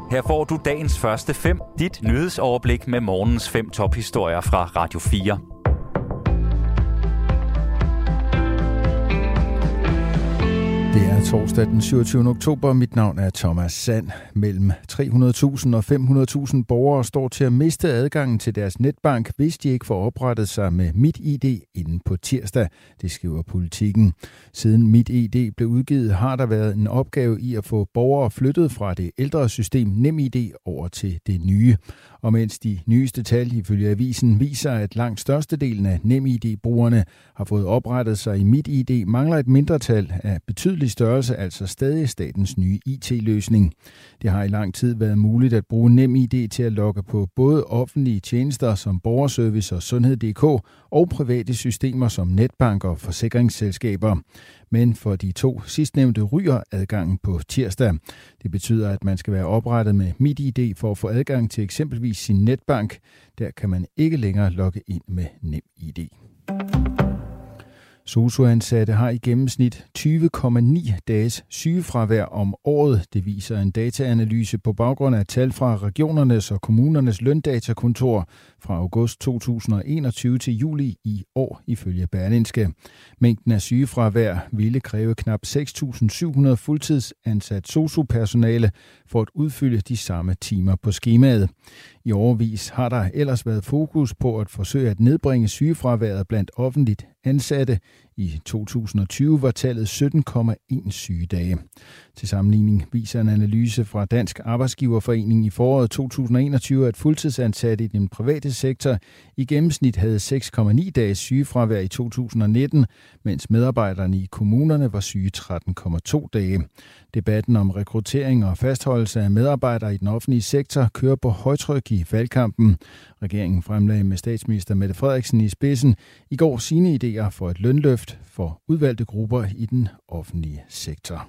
Her får du dagens første 5, dit nyhedsoverblik med morgens 5 tophistorier fra Radio 4. Det er torsdag den 27. oktober. Mit navn er Thomas Sand. Mellem 300.000 og 500.000 borgere står til at miste adgangen til deres netbank, hvis de ikke får oprettet sig med MitID inden på tirsdag, det skriver Politikken. Siden MitID blev udgivet, har der været en opgave i at få borgere flyttet fra det ældre system NemID over til det nye. Og mens de nyeste tal ifølge avisen viser, at langt størstedelen af NemID-brugerne har fået oprettet sig i MitID, mangler et mindretal af betydelig størrelse, altså stadig statens nye IT-løsning. Det har i lang tid været muligt at bruge NemID til at logge på både offentlige tjenester som Borgerservice og Sundhed.dk og private systemer som netbank og forsikringsselskaber. Men for de to sidstnævnte ryger adgangen på tirsdag. Det betyder, at man skal være oprettet med MitID for at få adgang til eksempelvis sin netbank. Der kan man ikke længere logge ind med NemID. SOSU-ansatte har i gennemsnit 20,9 dages sygefravær om året. Det viser en dataanalyse på baggrund af tal fra regionernes og kommunernes løndatakontor fra august 2021 til juli i år ifølge Berlingske. Mængden af sygefravær ville kræve knap 6.700 fuldtidsansat SOSU-personale for at udfylde de samme timer på skemaet. I årevis har der ellers været fokus på at forsøge at nedbringe sygefraværet blandt offentligt ansatte. I 2020 var tallet 17,1 sygedage. Til sammenligning viser en analyse fra Dansk Arbejdsgiverforening i foråret 2021, at fuldtidsansatte i den private sektor i gennemsnit havde 6,9 dages sygefravær i 2019, mens medarbejderne i kommunerne var syge 13,2 dage. Debatten om rekruttering og fastholdelse af medarbejdere i den offentlige sektor kører på højtryk i valgkampen. Regeringen fremlagde med statsminister Mette Frederiksen i spidsen i går sine idéer for et lønløft for udvalgte grupper i den offentlige sektor.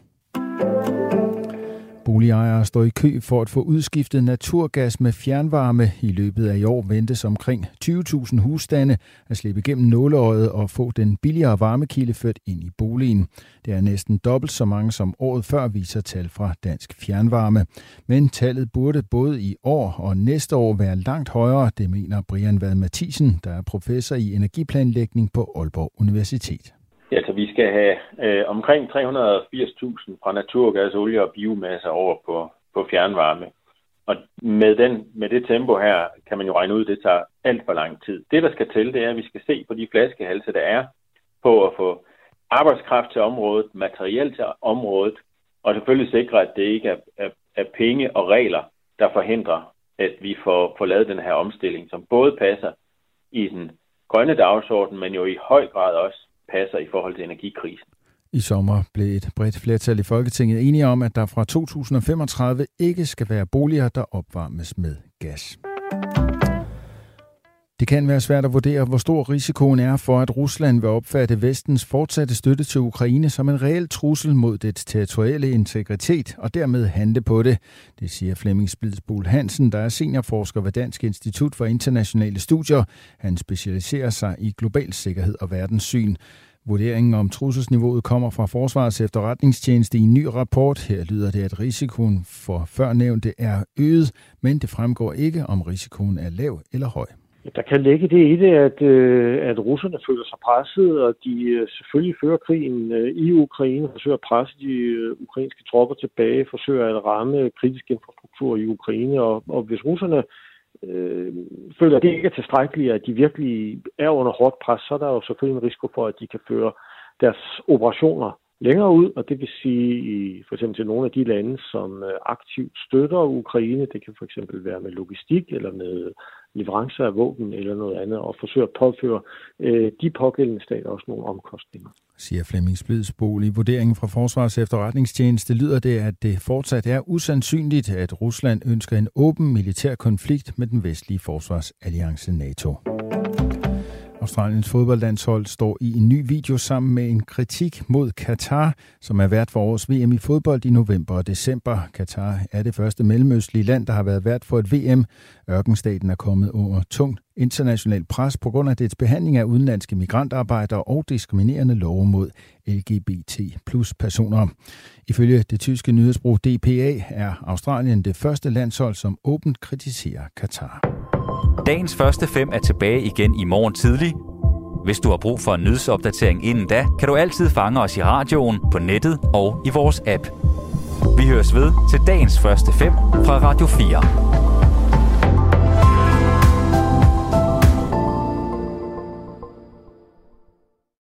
Boligejere står i kø for at få udskiftet naturgas med fjernvarme. I løbet af i år ventes omkring 20.000 husstande at slippe igennem nåleøjet og få den billigere varmekilde ført ind i boligen. Det er næsten dobbelt så mange som året før, viser tal fra Dansk Fjernvarme. Men tallet burde både i år og næste år være langt højere, det mener Brian Vad Mathisen, der er professor i energiplanlægning på Aalborg Universitet. Ja, så vi skal have omkring 380.000 fra naturgas, olie og biomasse over på fjernvarme. Og med det tempo her, kan man jo regne ud, at det tager alt for lang tid. Det, der skal til, det er, at vi skal se på de flaskehalse, der er på at få arbejdskraft til området, materiel til området, og selvfølgelig sikre, at det ikke er penge og regler, der forhindrer, at vi får lavet den her omstilling, som både passer i den grønne dagsorden, men jo i høj grad også passer i forhold til energikrisen. I sommer blev et bredt flertal i Folketinget enige om, at der fra 2035 ikke skal være boliger, der opvarmes med gas. Det kan være svært at vurdere, hvor stor risikoen er for, at Rusland vil opfatte Vestens fortsatte støtte til Ukraine som en reel trussel mod dets territoriale integritet og dermed handle på det. Det siger Flemming Splidsboel Hansen, der er seniorforsker ved Dansk Institut for Internationale Studier. Han specialiserer sig i global sikkerhed og verdenssyn. Vurderingen om trusselsniveauet kommer fra Forsvarets Efterretningstjeneste i en ny rapport. Her lyder det, at risikoen for førnævnte er øget, men det fremgår ikke, om risikoen er lav eller høj. Der kan ligge det i det, at russerne føler sig presset, og de selvfølgelig fører krigen i Ukraine, forsøger at presse de ukrainske tropper tilbage, forsøger at ramme kritisk infrastruktur i Ukraine, og hvis russerne føler, at det ikke er tilstrækkeligt, at de virkelig er under hårdt pres, så er der jo selvfølgelig en risiko for, at de kan føre deres operationer længere ud, og det vil sige for eksempel til nogle af de lande, som aktivt støtter Ukraine, det kan for eksempel være med logistik eller med leverancer af våben eller noget andet, og forsøge at påføre de pågældende stater også nogle omkostninger. Siger Flemming Splidsboel. I vurderingen fra Forsvarets Efterretningstjeneste lyder det, at det fortsat er usandsynligt, at Rusland ønsker en åben militær konflikt med den vestlige forsvarsalliance NATO. Australiens fodboldlandshold står i en ny video sammen med en kritik mod Katar, som er vært for årets VM i fodbold i november og december. Katar er det første mellemøstlige land, der har været vært for et VM. Ørkenstaten er kommet under tungt internationalt pres på grund af dets behandling af udenlandske migrantarbejdere og diskriminerende love mod LGBT plus personer. Ifølge det tyske nyhedsbureau DPA er Australien det første landshold, som åbent kritiserer Katar. Dagens første 5 er tilbage igen i morgen tidlig. Hvis du har brug for en nyhedsopdatering inden da, kan du altid fange os i radioen, på nettet og i vores app. Vi høres ved til dagens første 5 fra Radio 4.